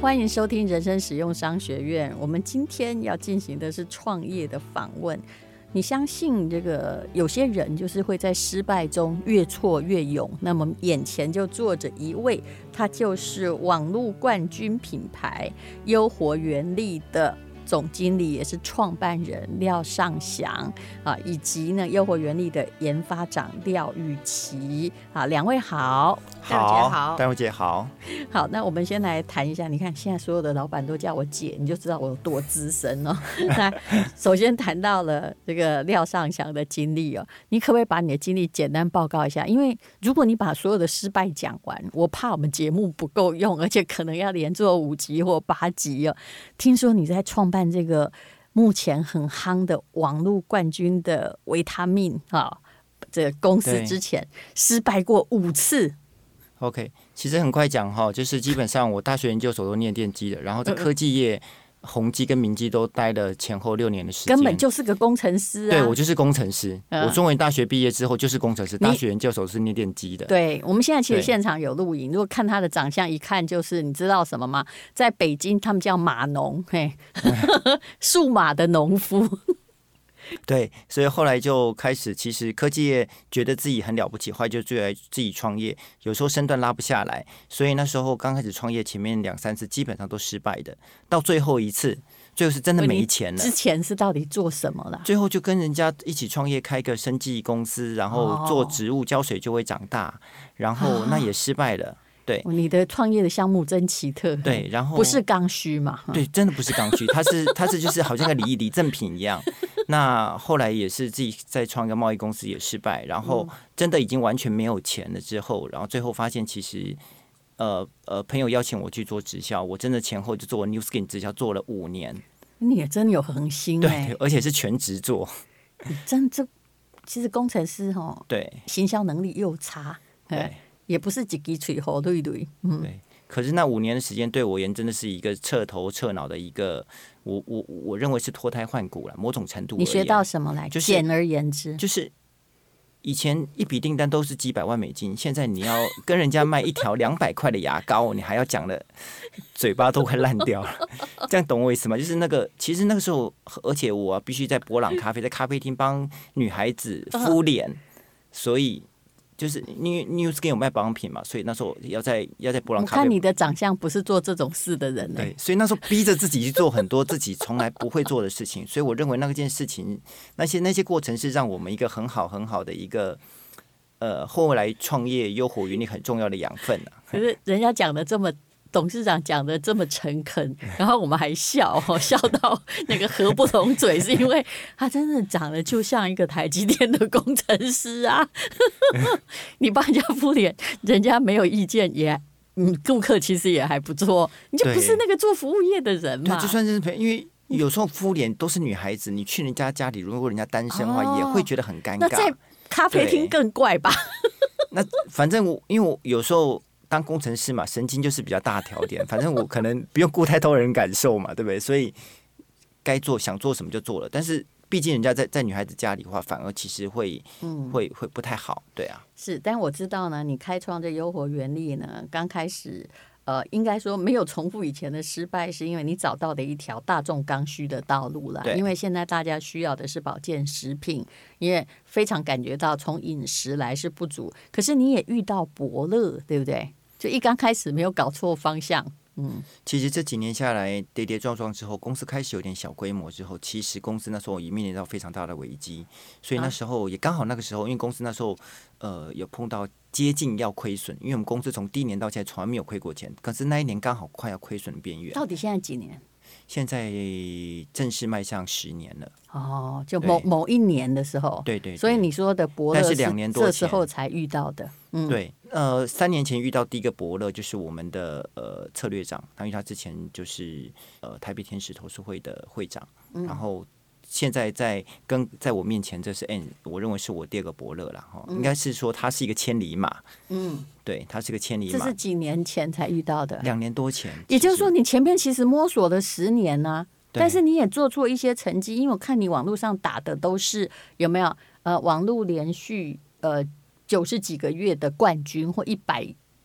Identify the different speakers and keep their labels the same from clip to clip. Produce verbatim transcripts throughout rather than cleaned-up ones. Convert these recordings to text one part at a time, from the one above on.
Speaker 1: 欢迎收听人生实用商学院。我们今天要进行的是创业的访问。你相信这个有些人就是会在失败中越挫越勇，那么眼前就坐着一位，他就是网络冠军品牌优活原力的总经理，也是创办人廖尚祥啊，以及呢优活原力的研发长廖玉琪啊，两位好。
Speaker 2: 好，好，戴茹姐好。
Speaker 1: 好，那我们先来谈一下，你看现在所有的老板都叫我姐，你就知道我有多资深哦。那首先谈到了这个廖尚祥的经历哦，你可不可以把你的经历简单报告一下？因为如果你把所有的失败讲完，我怕我们节目不够用，而且可能要连做五集或八集哦。听说你在创办这个目前很夯的网络冠军的维他命啊，这个公司之前失败过五次。
Speaker 2: OK， 其实很快讲哈，就是基本上我大学研究所都念电机的，然后在科技业、宏基跟明基都待了前后六年的时间，
Speaker 1: 根本就是个工程师啊！
Speaker 2: 对，我就是工程师。嗯、我中文大学毕业之后就是工程师，大学研究所是念电机的。
Speaker 1: 对，我们现在其实现场有录影，如果看他的长相，一看就是你知道什么吗？在北京他们叫码农，嘿，数码的农夫。
Speaker 2: 对，所以后来就开始，其实科技业觉得自己很了不起，后来就最来自己创业，有时候身段拉不下来，所以那时候刚开始创业，前面两三次基本上都失败的，到最后一次，最后是真的没钱了。
Speaker 1: 之前是到底做什么了？
Speaker 2: 最后就跟人家一起创业，开个生技公司，然后做植物浇水就会长大，然后那也失败了。对，
Speaker 1: 你的创业的项目真奇特。
Speaker 2: 对，然后
Speaker 1: 不是刚需嘛？
Speaker 2: 对，真的不是刚需，它是它是就是好像个礼礼赠品一样。那后来也是自己在创一个贸易公司也失败，然后真的已经完全没有钱了之后，然后最后发现其实呃呃朋友邀请我去做直销，我真的前后就做 New Skin 直销做了五年。
Speaker 1: 你也真有恒心哎、欸，
Speaker 2: 对，而且是全职做。
Speaker 1: 你真这其实工程师哦，
Speaker 2: 对，
Speaker 1: 行销能力又差，对，也不是一支嘴好对对，嗯，
Speaker 2: 对。可是那五年的时间对我而言真的是一个彻头彻脑的一个，我我我认为是脱胎换骨了，某种程度而言。
Speaker 1: 你学到什么来？就是简而言之，
Speaker 2: 就是以前一笔订单都是几百万美金，现在你要跟人家卖一条两百块的牙膏，你还要讲的嘴巴都快烂掉了。这样懂我意思吗？就是那个，其实那个时候，而且我必须在博朗咖啡，在咖啡厅帮女孩子敷脸，所以。就是因为 New Skin 有卖保养品嘛，所以那时候要在要在博朗咖啡。
Speaker 1: 我看你的长相不是做这种事的人、欸、
Speaker 2: 对，所以那时候逼着自己去做很多自己从来不会做的事情，所以我认为那件事情，那些那些过程是让我们一个很好很好的一个呃后来创业优活原力很重要的养分啊。
Speaker 1: 可是人家讲的这么。董事长讲的这么诚恳，然后我们还笑，笑到那个合不拢嘴，是因为他真的长得就像一个台积电的工程师啊！你帮人家敷脸，人家没有意见也，嗯，顾客其实也还不错，你就不是那个做服务业的人嘛？
Speaker 2: 对，就算是因为有时候敷脸都是女孩子，你去人家家里，如果人家单身的话，哦、也会觉得很尴尬。
Speaker 1: 那在咖啡厅更怪吧？
Speaker 2: 那反正我因为我有时候。当工程师嘛，神经就是比较大条点，反正我可能不用顾太多人感受嘛，对不对？所以该做想做什么就做了。但是毕竟人家在在女孩子家里的话，反而其实会、嗯、会会不太好，对啊。
Speaker 1: 是，但我知道呢，你开创这优活原力呢，刚开始呃，应该说没有重复以前的失败，是因为你找到的一条大众刚需的道路了。因为现在大家需要的是保健食品，因为非常感觉到从饮食来是不足，可是你也遇到伯乐，对不对？就一刚开始没有搞错方向，嗯，
Speaker 2: 其实这几年下来跌跌撞撞之后，公司开始有点小规模之后，其实公司那时候也面临到非常大的危机，所以那时候也刚好那个时候，因为公司那时候呃有碰到接近要亏损，因为我们公司从第一年到现在从来没有亏过钱，可是那一年刚好快要亏损的边缘。
Speaker 1: 到底现在几年？
Speaker 2: 现在正式迈向十年了。
Speaker 1: 哦，就某某一年的时候，
Speaker 2: 对 对, 对。
Speaker 1: 所以你说的伯乐
Speaker 2: 是两年多前
Speaker 1: 这时候才遇到的。嗯、
Speaker 2: 对，呃，三年前遇到第一个伯乐就是我们的呃策略长，因为他之前就是呃台北天使投资会的会长，嗯、然后现在在跟在我面前，这是 N， 我认为是我第二个伯乐了哈，嗯、应该是说他是一个千里马，嗯，对，他是个千里马。
Speaker 1: 这是几年前才遇到的，
Speaker 2: 两年多前，
Speaker 1: 也就是说你前面其实摸索了十年呢、啊。但是你也做出一些成绩，因为我看你网络上打的都是有没有呃网络连续呃九十几个月的冠军或一百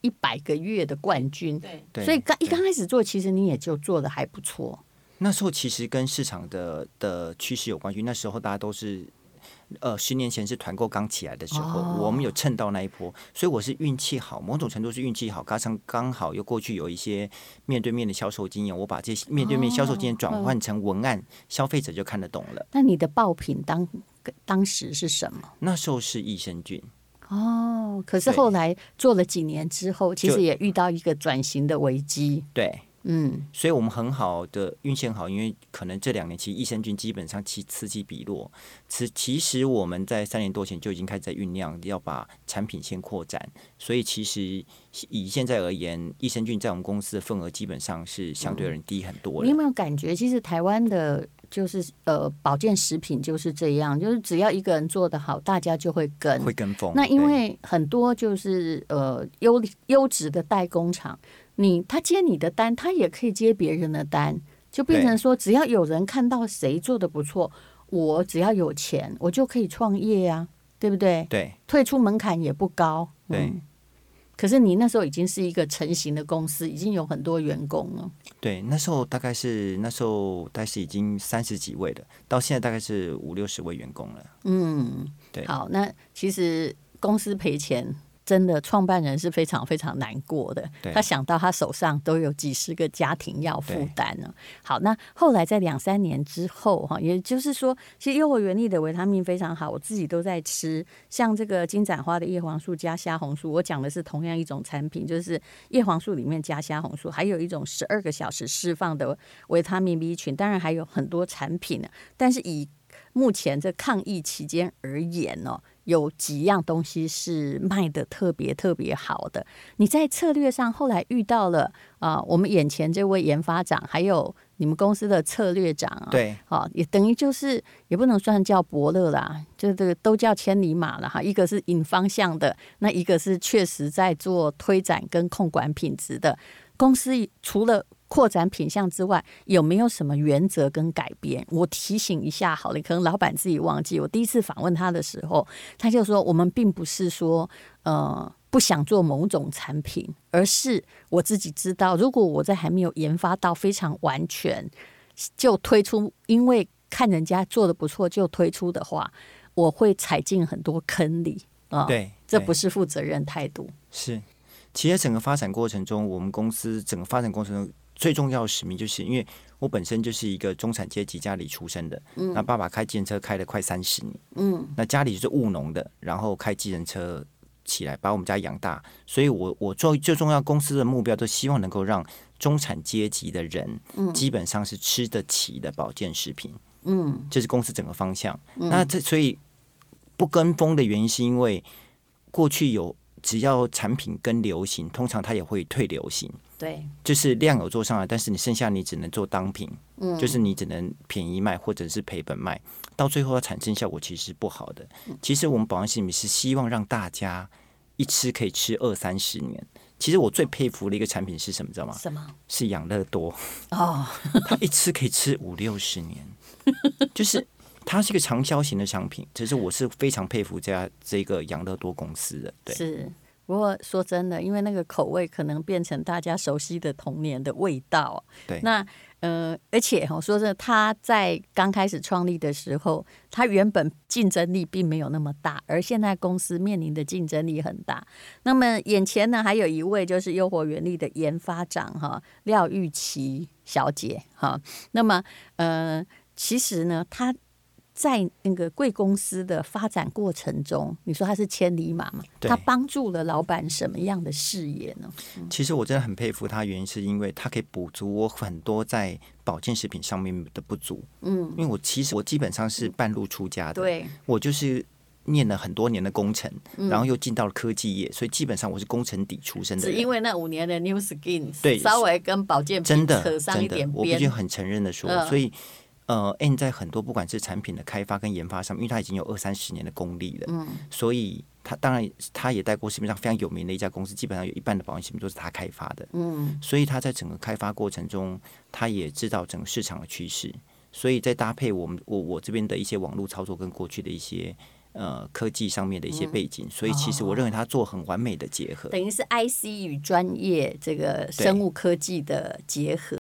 Speaker 1: 一百个月的冠军，
Speaker 2: 对，
Speaker 1: 所以刚一刚开始做，其实你也就做的还不错。
Speaker 2: 那时候其实跟市场的的趋势有关系，那时候大家都是。呃，十年前是团购刚起来的时候，哦、我们有蹭到那一波，所以我是运气好，某种程度是运气好，加上刚好又过去有一些面对面的销售经验，我把这些面对面销售经验转换成文案，哦嗯、消费者就看得懂了。
Speaker 1: 那你的爆品当当时是什么？
Speaker 2: 那时候是益生菌。
Speaker 1: 哦，可是后来做了几年之后，其实也遇到一个转型的危机。
Speaker 2: 对。
Speaker 1: 嗯，
Speaker 2: 所以我们很好的运气很好，因为可能这两年其实益生菌基本上其此起彼落。其其实我们在三年多前就已经开始在酝酿，要把产品先扩展。所以其实以现在而言，益生菌在我们公司的份额基本上是相对而言低很多的。
Speaker 1: 你有没有感觉，其实台湾的就是呃保健食品就是这样，就是只要一个人做得好，大家就会跟
Speaker 2: 会跟风。
Speaker 1: 那因为很多就是呃优优质的代工厂。你他接你的单，他也可以接别人的单，就变成说，只要有人看到谁做的不错，我只要有钱，我就可以创业啊，对不对？
Speaker 2: 对，
Speaker 1: 退出门槛也不高。
Speaker 2: 对、
Speaker 1: 嗯。可是你那时候已经是一个成型的公司，已经有很多员工了。
Speaker 2: 对，那时候大概是那时候大概是已经三十几位了，到现在大概是五六十位员工了。
Speaker 1: 嗯，对。好，那其实公司赔钱。真的，创办人是非常非常难过的。他想到他手上都有几十个家庭要负担了。好，那后来在两三年之后，哈，也就是说，其实优活原力的维他命非常好，我自己都在吃。像这个金盏花的叶黄素加虾红素，我讲的是同样一种产品，就是叶黄素里面加虾红素，还有一种十二个小时释放的维他命 B 群，当然还有很多产品呢。但是以目前这抗疫期间而言哦，有几样东西是卖的特别特别好的。你在策略上后来遇到了啊、呃，我们眼前这位研发长，还有你们公司的策略长啊，
Speaker 2: 对，
Speaker 1: 好、哦，也等于就是也不能算叫伯乐啦，就这个都叫千里马了哈。一个是引方向的，那一个是确实在做推展跟控管品质的公司，除了扩展品项之外，有没有什么原则跟改变？我提醒一下好了，可能老板自己忘记。我第一次访问他的时候，他就说我们并不是说呃不想做某种产品，而是我自己知道，如果我在还没有研发到非常完全就推出，因为看人家做的不错就推出的话，我会踩进很多坑里啊、呃。
Speaker 2: 对，
Speaker 1: 这不是负责任态度。
Speaker 2: 是，其实整个发展过程中，我们公司整个发展过程中。最重要的使命就是因为我本身就是一个中产阶级家里出生的，嗯，那爸爸开计程车开了快三十年，嗯，那家里就是务农的，然后开计程车起来把我们家养大，所以我我最最重要公司的目标都希望能够让中产阶级的人，嗯，基本上是吃得起的保健食品，嗯，这是公司整个方向。嗯、那这所以不跟风的原因是因为过去有只要产品跟流行，通常它也会退流行。
Speaker 1: 对，
Speaker 2: 就是量有做上来，但是你剩下你只能做当品，嗯，就是你只能便宜卖或者是赔本卖，到最后要产生效果其实是不好的。其实我们保健食品是希望让大家一吃可以吃二三十年。其实我最佩服的一个产品是什么，知道吗？
Speaker 1: 什么？
Speaker 2: 是养乐多
Speaker 1: 哦，
Speaker 2: 它一吃可以吃五六十年，就是它是一个长销型的商品。其实我是非常佩服这家这个养乐多公司的，对，
Speaker 1: 是。不过说真的，因为那个口味可能变成大家熟悉的童年的味道。
Speaker 2: 对，
Speaker 1: 那呃，而且我说真的，他在刚开始创立的时候，他原本竞争力并没有那么大，而现在公司面临的竞争力很大。那么眼前呢，还有一位就是优活原力的研发长哈，廖玉琪小姐哈。那么呃，其实呢，他在那个贵公司的发展过程中，你说他是千里马嘛？他帮助了老板什么样的事业呢？
Speaker 2: 嗯、其实我真的很佩服他，原因是因为他可以补足我很多在保健食品上面的不足。嗯，因为我其实我基本上是半路出家的，
Speaker 1: 对，
Speaker 2: 我就是念了很多年的工程，嗯、然后又进到了科技业，所以基本上我是工程底出身的人。
Speaker 1: 只因为那五年的 New Skin，
Speaker 2: 对，
Speaker 1: 稍微跟保健品扯上一点边，
Speaker 2: 我必须很承认的说，嗯、所以。呃 ，N 在很多不管是产品的开发跟研发上，因为他已经有二三十年的功力了，嗯，所以他当然他也带过市面上非常有名的一家公司，基本上有一半的保健食品都是他开发的，嗯，所以他在整个开发过程中，他也知道整个市场的趋势，所以再搭配我们我我这边的一些网络操作跟过去的一些呃科技上面的一些背景，嗯、所以其实我认为他做很完美的结合，
Speaker 1: 等于是 I C 与专业这个生物科技的结合。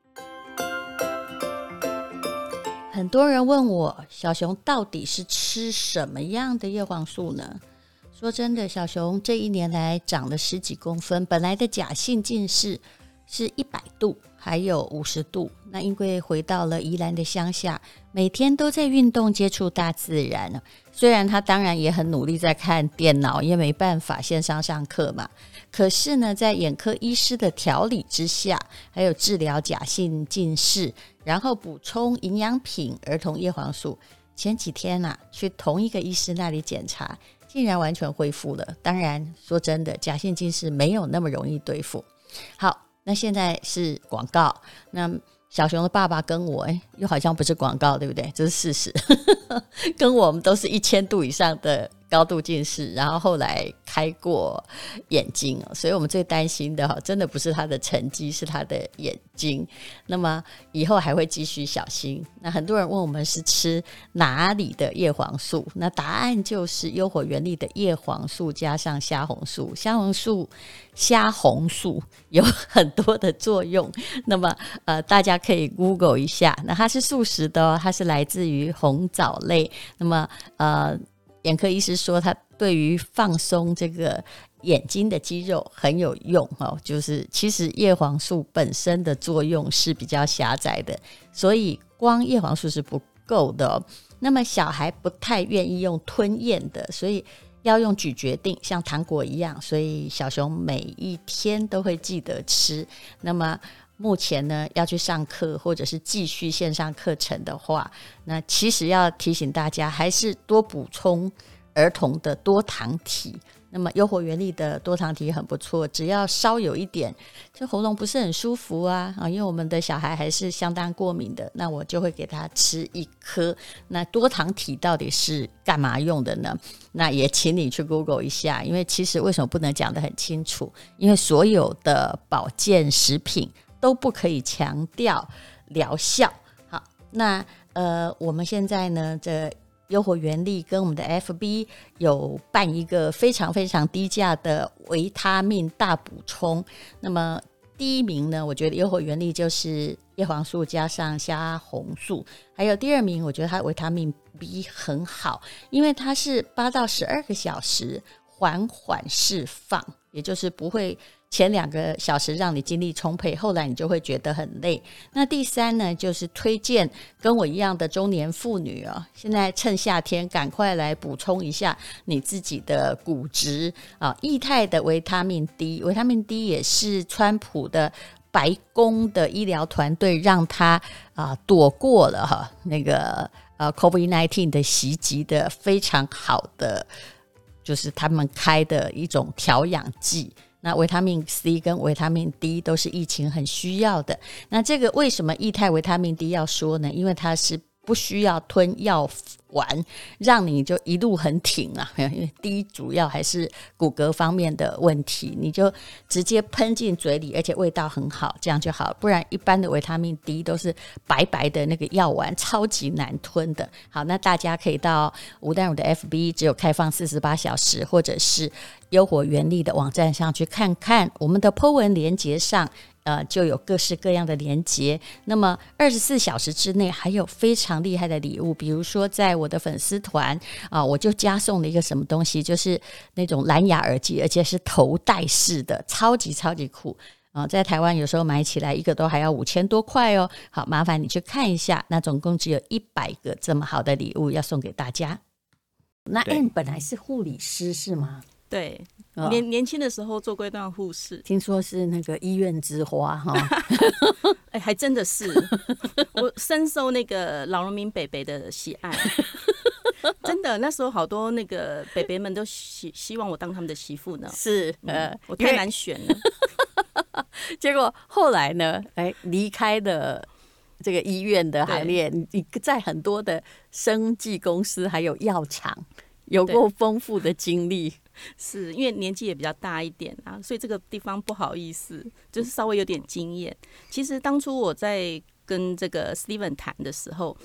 Speaker 1: 很多人问我，小熊到底是吃什么样的叶黄素呢？说真的，小熊这一年来长了十几公分，本来的假性近视是一百度还有五十度，那因为回到了宜兰的乡下，每天都在运动接触大自然，虽然他当然也很努力在看电脑，也没办法线上上课嘛，可是呢在眼科医师的调理之下，还有治疗假性近视，然后补充营养品儿童叶黄素，前几天啊去同一个医师那里检查，竟然完全恢复了。当然说真的，假性近视没有那么容易对付。好，那现在是广告，那小熊的爸爸跟我，哎，又好像不是广告，对不对？这是事实。跟我们都是一千度以上的高度近视，然后后来开过眼睛，所以我们最担心的真的不是他的成绩，是他的眼睛。那么以后还会继续小心。那很多人问我们是吃哪里的叶黄素，那答案就是优活原力的叶黄素加上虾红素。虾红素虾红素有很多的作用，那么呃大家可以 Google 一下。那它是素食的哦，它是来自于红藻类。那么呃眼科医师说它对于放松这个眼睛的肌肉很有用哦，就是其实叶黄素本身的作用是比较狭窄的，所以光叶黄素是不够的哦。那么小孩不太愿意用吞咽的，所以要用咀嚼定，像糖果一样，所以小熊每一天都会记得吃。那么目前呢要去上课或者是继续线上课程的话，那其实要提醒大家还是多补充儿童的多糖体。那么优活原力的多糖体很不错，只要稍有一点就喉咙不是很舒服啊，因为我们的小孩还是相当过敏的，那我就会给他吃一颗。那多糖体到底是干嘛用的呢？那也请你去 Google 一下，因为其实为什么不能讲得很清楚，因为所有的保健食品都不可以强调疗效。好，那呃，我们现在呢，这优活原力跟我们的 F B 有办一个非常非常低价的维他命大补充。那么第一名呢，我觉得优活原力就是叶黄素加上虾红素，还有第二名，我觉得它维他命 B 很好，因为它是八到十二个小时缓缓释放，也就是不会前两个小时让你精力充沛，后来你就会觉得很累。那第三呢，就是推荐跟我一样的中年妇女哦，现在趁夏天赶快来补充一下你自己的骨质啊。液态的维他命 D， 维他命 D 也是川普的白宫的医疗团队让他啊躲过了哈那个呃 COVID 十九 的袭击的非常好的，就是他们开的一种调养剂。那维他命 C 跟维他命 D 都是疫情很需要的。那这个为什么液态维他命 D 要说呢？因为它是不需要吞药丸，让你就一路很挺啊。因为 D 主要还是骨骼方面的问题，你就直接喷进嘴里，而且味道很好，这样就好。不然一般的维他命 D 都是白白的那个药丸，超级难吞的。好，那大家可以到吴淡如的 F B 只有开放四十八小时，或者是优活原力的网站上去看看，我们的 po 文连结上呃，就有各式各样的连结。那么二十四小时之内还有非常厉害的礼物，比如说在我的粉丝团啊、呃，我就加送了一个什么东西，就是那种蓝牙耳机，而且是头戴式的，超级超级酷啊、呃！在台湾有时候买起来一个都还要五千多块哦。好，麻烦你去看一下，那总共只有一百个这么好的礼物要送给大家。那 M 本来是护理师是吗？
Speaker 3: 对，年年轻的时候做过一段护士，
Speaker 1: 听说是那个医院之花哈，
Speaker 3: 哎，还真的是，我深受那个老农民北北的喜爱，真的，那时候好多那个北北们都希希望我当他们的媳妇呢，
Speaker 1: 是，呃，
Speaker 3: 嗯、我太难选了，
Speaker 1: 结果后来呢，哎，离开了这个医院的行列，你在很多的生技公司还有药厂。有过丰富的经历，
Speaker 3: 是因为年纪也比较大一点啊，所以这个地方不好意思，就是稍微有点经验。其实当初我在跟这个 Steven 谈的时候，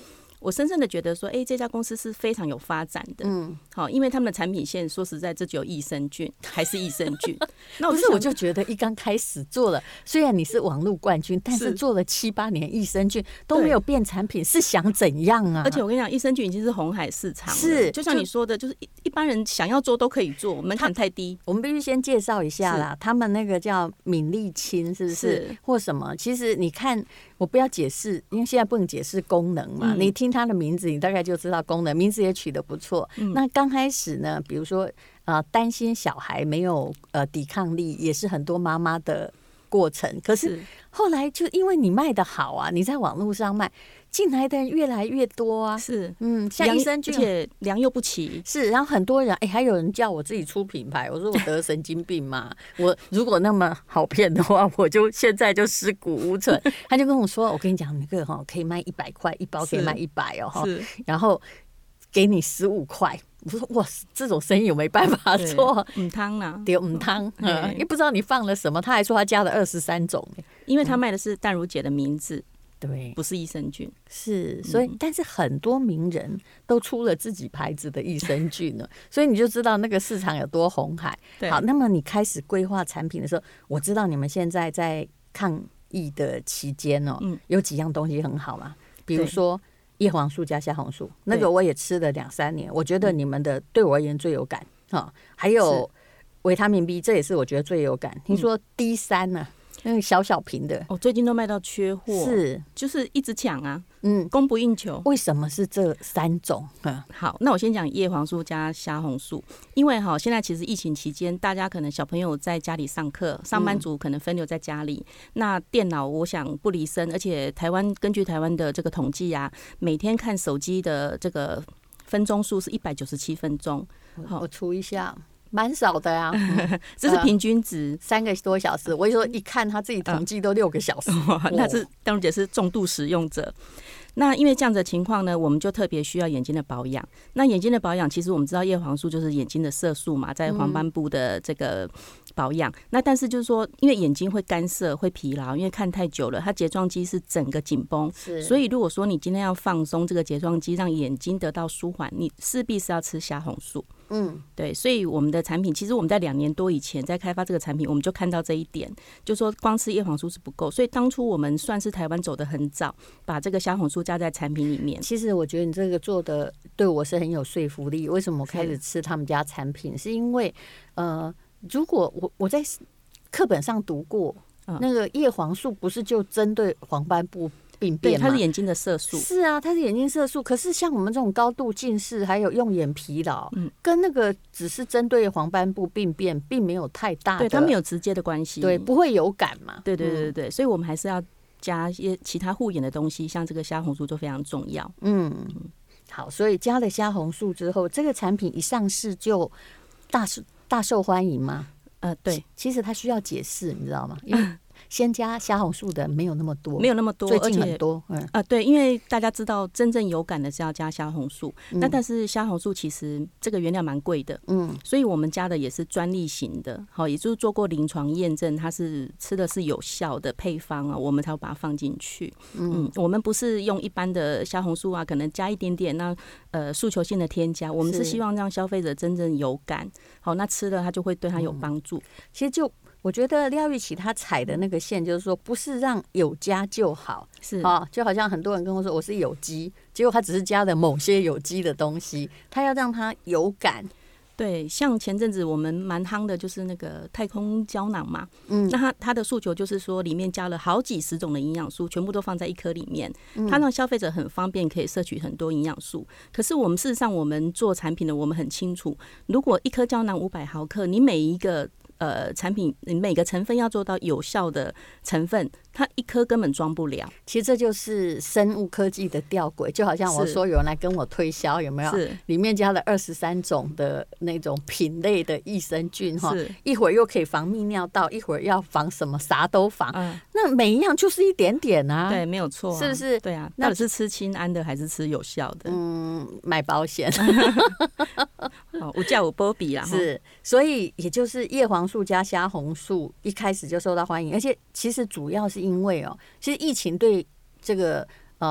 Speaker 3: 我深深的觉得说，哎、欸，这家公司是非常有发展的。嗯，好，因为他们的产品线说实在，这只有益生菌，还是益生菌。那我
Speaker 1: 不是，我就觉得一刚开始做了，虽然你是网络冠军，但是做了七八年益生菌都没有变产品，是想怎样啊？
Speaker 3: 而且我跟你讲，益生菌已经是红海市场了，
Speaker 1: 是
Speaker 3: 就像你说的，就是一一般人想要做都可以做，门槛太低。
Speaker 1: 我们必须先介绍一下啦，他们那个叫敏利清，是不是？是或什么？其实你看，我不要解释，因为现在不能解释功能嘛。嗯、你听它的名字，你大概就知道功能，名字也取得不错。嗯、那刚开始呢，比如说呃，担心小孩没有呃抵抗力，也是很多妈妈的过程。可是后来就因为你卖得好啊，你在网络上卖。进来的人越来越多啊，
Speaker 3: 是，
Speaker 1: 嗯，像益生菌，
Speaker 3: 而且良莠不齐，
Speaker 1: 是，然后很多人，哎、欸，还有人叫我自己出品牌，我说我得神经病嘛，我如果那么好骗的话，我就现在就尸骨无存。他就跟我说，我跟你讲，那个哈可以卖一百块，一包可以卖一百哦，是，然后给你十五块。我说哇，这种生意我没办法做，
Speaker 3: 母汤啦，
Speaker 1: 对，母汤，嗯，也不知道你放了什么，他还说他加了二十三种，
Speaker 3: 因为他卖的是淡如姐的名字。
Speaker 1: 对，
Speaker 3: 不是益生菌，
Speaker 1: 是，所以、嗯、但是很多名人都出了自己牌子的益生菌了，所以你就知道那个市场有多红海。好，那么你开始规划产品的时候，我知道你们现在在抗疫的期间哦，嗯、有几样东西很好嘛，比如说叶黄素加虾红素，那个我也吃了两三年，我觉得你们的对我而言最有感哈，还有维他命 B， 这也是我觉得最有感。听说 D 三呢、啊？那个小小瓶的，
Speaker 3: 哦，最近都卖到缺货，
Speaker 1: 是，
Speaker 3: 就是一直抢啊，嗯，供不应求。
Speaker 1: 为什么是这三种？嗯，
Speaker 3: 好，那我先讲叶黄素加虾红素，因为哈，现在其实疫情期间，大家可能小朋友在家里上课，上班族可能分流在家里，嗯、那电脑我想不离身，而且台湾根据台湾的这个统计啊，每天看手机的这个分钟数是一百九十七分钟。
Speaker 1: 好，我除一下。蛮少的呀、啊
Speaker 3: 嗯，这是平均值，
Speaker 1: 呃、三个多小时。我一说一看他自己统计都六个小时，
Speaker 3: 呃、那是淡如姐是重度使用者。那因为这样的情况呢，我们就特别需要眼睛的保养。那眼睛的保养，其实我们知道叶黄素就是眼睛的色素嘛，在黄斑部的这个保养。嗯、那但是就是说，因为眼睛会干涩、会疲劳，因为看太久了，它睫状肌是整个紧绷。所以如果说你今天要放松这个睫状肌，让眼睛得到舒缓，你势必是要吃虾红素。嗯，对，所以我们的产品，其实我们在两年多以前在开发这个产品，我们就看到这一点，就说光吃叶黄素是不够，所以当初我们算是台湾走得很早，把这个虾红素加在产品里面。
Speaker 1: 其实我觉得你这个做的对我是很有说服力。为什么我开始吃他们家产品？是因为呃，如果我我在课本上读过，嗯、那个叶黄素不是就针对黄斑部病变，
Speaker 3: 它是眼睛的色素。
Speaker 1: 是啊，它是眼睛色素。可是像我们这种高度近视，还有用眼疲劳，嗯、跟那个只是针对黄斑部病变，并没有太大的，
Speaker 3: 对，它没有直接的关系，
Speaker 1: 对，不会有感嘛。
Speaker 3: 对对对对，嗯、所以我们还是要加一些其他护眼的东西，像这个虾红素就非常重要。嗯，
Speaker 1: 好，所以加了虾红素之后，这个产品一上市就大受大受欢迎吗？
Speaker 3: 呃，对，
Speaker 1: 其实它需要解释，你知道吗？因为先加虾红素的没有那么多，
Speaker 3: 没有那么多，
Speaker 1: 最近很多。嗯
Speaker 3: 啊、呃，对，因为大家知道真正有感的是要加虾红素，嗯、那但是虾红素其实这个原料蛮贵的，嗯，所以我们加的也是专利型的，好，也就是做过临床验证，它是吃的是有效的配方啊，我们才会把它放进去。嗯, 嗯，我们不是用一般的虾红素啊，可能加一点点那呃诉求性的添加，我们是希望让消费者真正有感，好，那吃了它就会对它有帮助。嗯、
Speaker 1: 其实就。我觉得廖玉琪他踩的那个线，就是说不是让有加就好，
Speaker 3: 是
Speaker 1: 啊、哦，就好像很多人跟我说我是有机，结果他只是加了某些有机的东西，他要让他有感。
Speaker 3: 对，像前阵子我们蛮夯的，就是那个太空胶囊嘛，嗯，那它它的诉求就是说，里面加了好几十种的营养素，全部都放在一颗里面，它让消费者很方便，可以摄取很多营养素。可是我们事实上，我们做产品的，我们很清楚，如果一颗胶囊五百毫克，你每一个呃产品每个成分要做到有效的成分，它一颗根本装不了。
Speaker 1: 其实这就是生物科技的吊诡，就好像我说有人来跟我推销，有没有？是里面加了二十三种的那种品类的益生菌哈，一会儿又可以防泌尿道，一会儿要防什么，啥都防。嗯、那每一样就是一点点啊，
Speaker 3: 对，没有错、啊，
Speaker 1: 是不是？
Speaker 3: 对啊，到底是吃清安的还是吃有效的？
Speaker 1: 嗯，买保险。
Speaker 3: 哦，无价无波比啦。
Speaker 1: 是，所以也就是叶黄素加虾红素一开始就受到欢迎，而且其实主要是因为哦，其实疫情对这个呃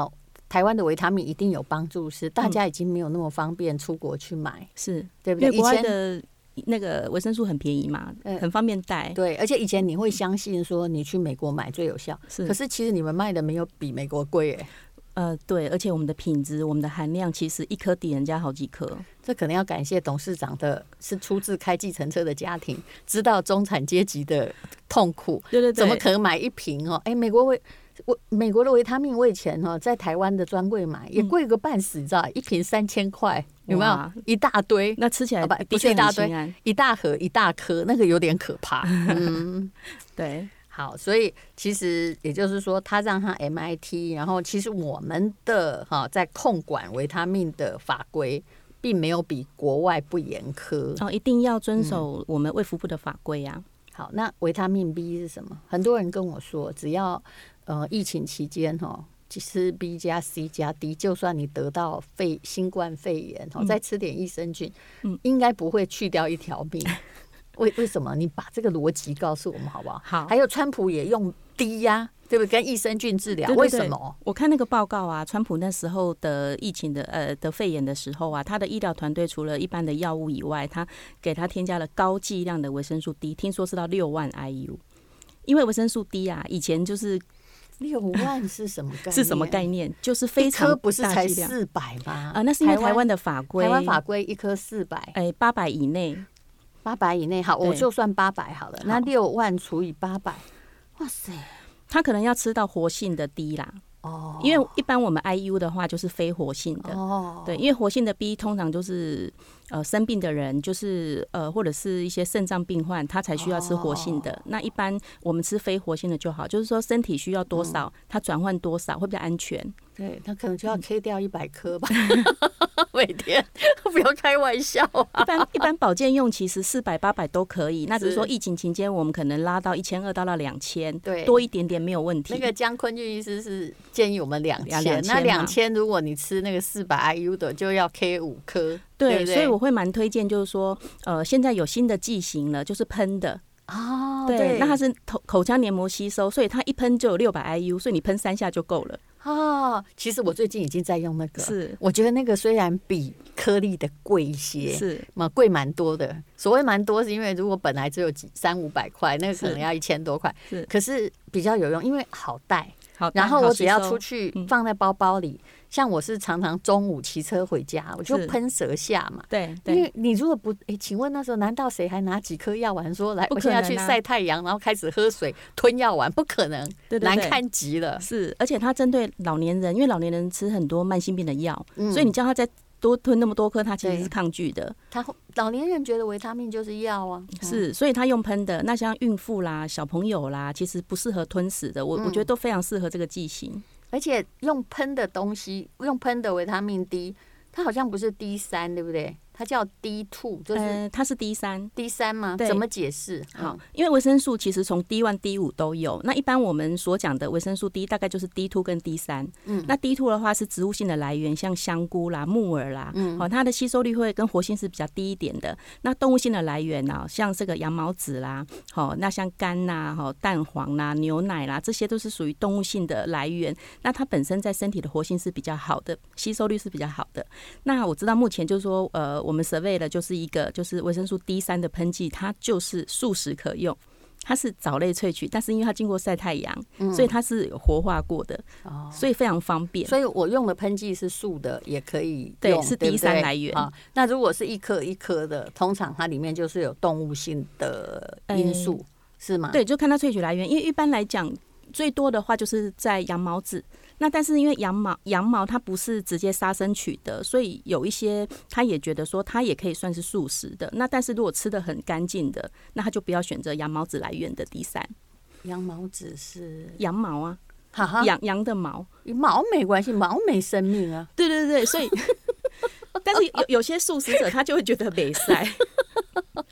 Speaker 1: 台湾的维他命一定有帮助，是大家已经没有那么方便出国去买，
Speaker 3: 是
Speaker 1: 对不对？
Speaker 3: 因为国外的那个维生素很便宜嘛，
Speaker 1: 嗯
Speaker 3: 很方便带。
Speaker 1: 对，而且以前你会相信说你去美国买最有效，
Speaker 3: 是
Speaker 1: 可是其实你们卖的没有比美国贵耶。
Speaker 3: 呃，对，而且我们的品质、我们的含量，其实一颗抵人家好几颗。
Speaker 1: 这可能要感谢董事长的是出自开计程车的家庭，知道中产阶级的痛苦。
Speaker 3: 对对对，
Speaker 1: 怎么可能买一瓶哦？哎，美国维我美国的维他命，我以前哦在台湾的专柜买也贵个半死，你知道，一瓶三千块，有没有？一大堆，
Speaker 3: 那吃起来
Speaker 1: 不不是一大堆，一大盒一大颗，那个有点可怕。嗯，
Speaker 3: 对。
Speaker 1: 好，所以其实也就是说，他让他 M I T， 然后其实我们的哈在控管维他命的法规，并没有比国外不严苛
Speaker 3: 哦，一定要遵守我们卫福部的法规啊。
Speaker 1: 嗯、好，那维他命 B 是什么？很多人跟我说，只要呃疫情期间哈，吃 B 加 C 加 D， 就算你得到肺新冠肺炎，哈、嗯，再吃点益生菌，嗯，应该不会去掉一条命。为为什么？你把这个逻辑告诉我们好不好？
Speaker 3: 好。
Speaker 1: 还有川普也用滴呀、啊，对不对？跟益生菌治疗，为什么？
Speaker 3: 我看那个报告啊，川普那时候的疫情的呃的肺炎的时候啊，他的医疗团队除了一般的药物以外，他给他添加了高剂量的维生素 D， 听说是到六万 I U。因为维生素 D 啊，以前就是
Speaker 1: 六万是什么概念？
Speaker 3: 是什么概念？就是非常大剂量，一颗
Speaker 1: 不是才四百吗？
Speaker 3: 啊、呃，那是因为台湾的法规，
Speaker 1: 台湾法规一颗四百，
Speaker 3: 哎，八百以内。
Speaker 1: 八百以内，好，我就算八百好了。那六万除以八百，哇塞，
Speaker 3: 他可能要吃到活性的 D 啦。哦，因为一般我们 I U 的话就是非活性的。哦，对，因为活性的 B 通常就是呃生病的人，就是呃或者是一些肾脏病患，他才需要吃活性的。哦、那一般我们吃非活性的就好，就是说身体需要多少，嗯、它转换多少会比较安全。
Speaker 1: 对，他可能就要 K 掉一百颗吧，每天不要开玩笑啊。
Speaker 3: 一般一般保健用其实四百八百都可以，那只是说疫情期间我们可能拉到一千二到到两千，对，多一点点没有问题。
Speaker 1: 那个江坤俊医师是建议我们两千，那两千如果你吃那个四百 I U 的，就要 K 五颗。
Speaker 3: 对，
Speaker 1: 对对，
Speaker 3: 所以我会蛮推荐，就是说，呃，现在有新的剂型了，就是喷的。
Speaker 1: 哦，
Speaker 3: 对，对，那它是口口腔黏膜吸收，所以它一喷就有六百 I U， 所以你喷三下就够了。
Speaker 1: 哦，其实我最近已经在用那个，
Speaker 3: 是我
Speaker 1: 觉得那个虽然比颗粒的贵一些，
Speaker 3: 是
Speaker 1: 嘛贵蛮多的。所谓蛮多，是因为如果本来只有几三五百块，那个可能要一千多块，是，可是比较有用，因为好带。好，然后我只要出去放在包包里，嗯、像我是常常中午骑车回家，我就喷舌下嘛。
Speaker 3: 对，
Speaker 1: 因为你如果不，哎，请问那时候难道谁还拿几颗药丸说来，我现在去晒太阳，然后开始喝水吞药丸？不可能，
Speaker 3: 对对对，
Speaker 1: 难看极了。
Speaker 3: 是，而且它针对老年人，因为老年人吃很多慢性病的药，嗯、所以你叫他在多吞那么多颗，他其实是抗拒的。
Speaker 1: 他老年人觉得维他命就是药啊，
Speaker 3: 是，所以他用喷的。那像孕妇啦、小朋友啦，其实不适合吞食的，我、嗯、我觉得都非常适合这个剂型。
Speaker 1: 而且用喷的东西，用喷的维他命 D， 它好像不是 D 三，对不对？它叫 D 二， 就是、
Speaker 3: 呃、它是 D 三
Speaker 1: D 三吗？怎么解释？
Speaker 3: 好，因为维生素其实从 D 一 D 五都有。那一般我们所讲的维生素 D 大概就是 D 二 跟 D 三。嗯，那 D 二 的话是植物性的来源，像香菇啦、木耳啦，嗯，好，它的吸收率会跟活性是比较低一点的。那动物性的来源啊，像这个羊毛籽啦，好，那像肝呐、好蛋黄啦、牛奶啦，这些都是属于动物性的来源。那它本身在身体的活性是比较好的，吸收率是比较好的。那我知道目前就是说，呃。我们 survey 的就是一个就是维生素 D 三 的喷剂，它就是素食可用，它是藻类萃取，但是因为它经过晒太阳，嗯、所以它是有活化过的，哦、所以非常方便。
Speaker 1: 所以我用的喷剂是素的，也可以用，
Speaker 3: 对，是 D 三 来源。
Speaker 1: 啊，那如果是一颗一颗的，通常它里面就是有动物性的因素，欸、是吗？
Speaker 3: 对，就看它萃取来源，因为一般来讲，最多的话就是在羊毛籽。那但是因为羊毛羊毛它不是直接杀生取的，所以有一些他也觉得说它也可以算是素食的。那但是如果吃得很干净的，那他就不要选择羊毛籽来源的 D 三。
Speaker 1: 羊毛籽是
Speaker 3: 羊毛啊，
Speaker 1: 哈哈，
Speaker 3: 羊羊的毛，
Speaker 1: 毛没关系，毛没生命啊。
Speaker 3: 对对对，所以但是有有些素食者他就会觉得没塞。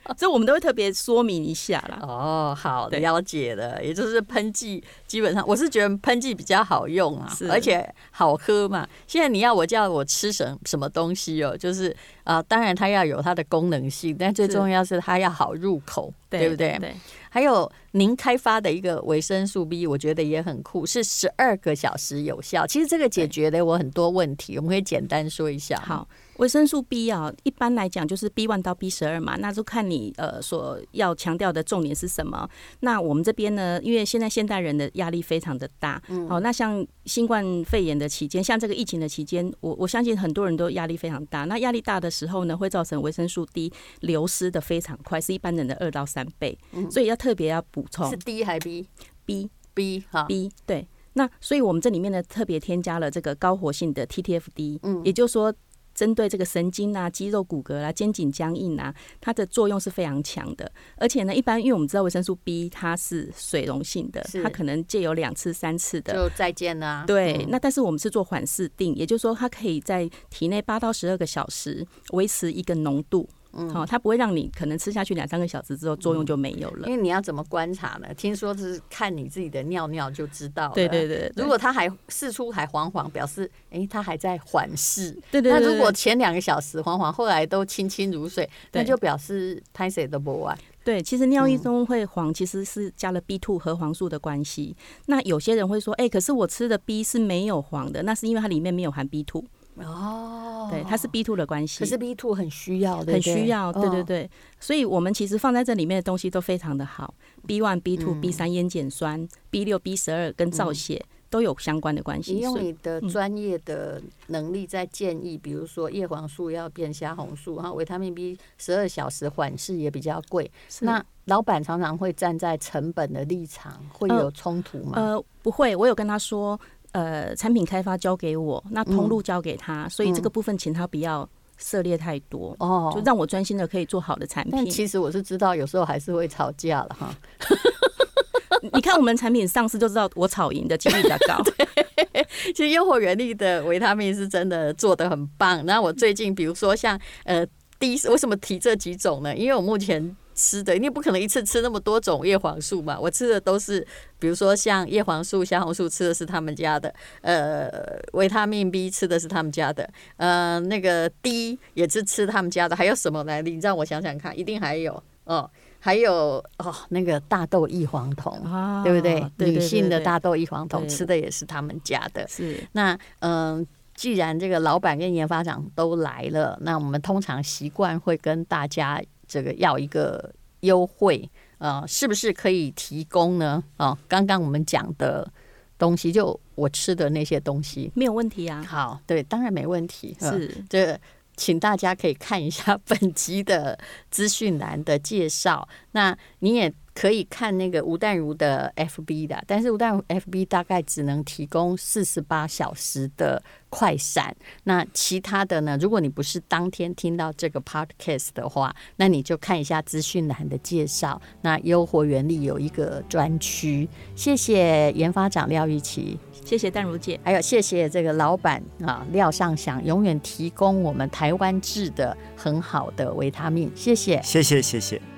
Speaker 3: 所以我们都会特别说明一下啦。
Speaker 1: 哦，好，了解了。也就是喷剂，基本上我是觉得喷剂比较好用啊，而且好喝嘛。现在你要我叫我吃什什么东西哦，就是啊、呃，当然它要有它的功能性，但最重要是它要好入口，对, 对不对？
Speaker 3: 对。
Speaker 1: 还有您开发的一个维生素 B， 我觉得也很酷，是十二个小时有效。其实这个解决了我很多问题，我们可以简单说一下。
Speaker 3: 好。维生素 B 啊，一般来讲就是 B 一 到 B 十二 嘛，那就看你呃所要强调的重点是什么。那我们这边呢，因为现在现代人的压力非常的大，嗯，好，那像新冠肺炎的期间，像这个疫情的期间，我我相信很多人都压力非常大。那压力大的时候呢，会造成维生素 D 流失的非常快，是一般人的二到三倍，嗯，所以要特别要补充。
Speaker 1: 是 D 还 B？B
Speaker 3: B
Speaker 1: 哈
Speaker 3: B 对。那所以我们这里面呢特别添加了这个高活性的 T T F D，嗯，也就是说，针对这个神经啊、肌肉、骨骼啊、肩颈僵硬啊，它的作用是非常强的。而且呢，一般因为我们知道维生素 B 它是水溶性的，它可能借由两次、三次的
Speaker 1: 就再见啦。
Speaker 3: 对，嗯、那但是我们是做缓释定，也就是说，它可以在体内八到十二个小时维持一个浓度。嗯，好，它不会让你可能吃下去两三个小时之后作用就没有了。
Speaker 1: 因为你要怎么观察呢？听说是看你自己的尿尿就知道了。
Speaker 3: 对对 对, 对，
Speaker 1: 如果它还释出还黄黄，表示哎、欸、它还在缓释。
Speaker 3: 对 对, 对, 对。
Speaker 1: 那如果前两个小时黄黄，后来都清清如水，那就表示拍谁都不爱。
Speaker 3: 对，其实尿液中会黄，其实是加了 B 二 核黄素的关系。那有些人会说，哎、欸，可是我吃的 B 是没有黄的，那是因为它里面没有含 B 二。哦，对，它是 B 二 的关系。
Speaker 1: 可是 B 二 很需要，对
Speaker 3: 很需要，对对对。所以我们其实放在这里面的东西都非常的好 ，B 一、B 二、B 三烟碱酸、B 六、B 十二跟造血。都有相关的关系。
Speaker 1: 你用你的专业的能力在建议，嗯、比如说叶黄素要变虾红素，然后维他命 B 十二小时缓释也比较贵。那老板常常会站在成本的立场，会有冲突吗？
Speaker 3: 呃，呃不会，我有跟他说，呃，产品开发交给我，那通路交给他，嗯、所以这个部分请他不要涉猎太多，哦，就让我专心的可以做好的产品。
Speaker 1: 但其实我是知道，有时候还是会吵架了哈。
Speaker 3: 你看我们产品上市就知道我吵赢的几率比较高。
Speaker 1: 对，其实优活原力的维他命是真的做得很棒。那我最近比如说像呃，第一为什么提这几种呢？因为我目前吃的，你不可能一次吃那么多种叶黄素嘛。我吃的都是，比如说像叶黄素、虾红素吃的是他们家的，呃，维他命 B 吃的是他们家的，呃，那个 D 也是吃他们家的。还有什么呢？你让我想想看，一定还有哦。还有哦，那个大豆异黄酮，啊、对不对？对对对对，女性的大豆异黄酮吃的也是他们家的。是那嗯、呃，既然这个老板跟研发长都来了，那我们通常习惯会跟大家这个要一个优惠，呃，是不是可以提供呢？啊、呃，刚刚我们讲的东西，就我吃的那些东西，
Speaker 3: 没有问题啊。
Speaker 1: 好，对，当然没问题。
Speaker 3: 是
Speaker 1: 这个。请大家可以看一下本集的资讯栏的介绍，那你也可以看那个吴淡如的 F B 的，但是吴淡如 F B 大概只能提供四十八小时的快闪，那其他的呢，如果你不是当天听到这个 podcast 的话，那你就看一下资讯栏的介绍，那优活原力有一个专区。谢谢研发长廖玉琪，
Speaker 3: 谢谢淡如姐，
Speaker 1: 还有谢谢这个老板啊廖尚祥，永远提供我们台湾制的很好的维他命，谢谢，
Speaker 2: 谢谢，谢谢。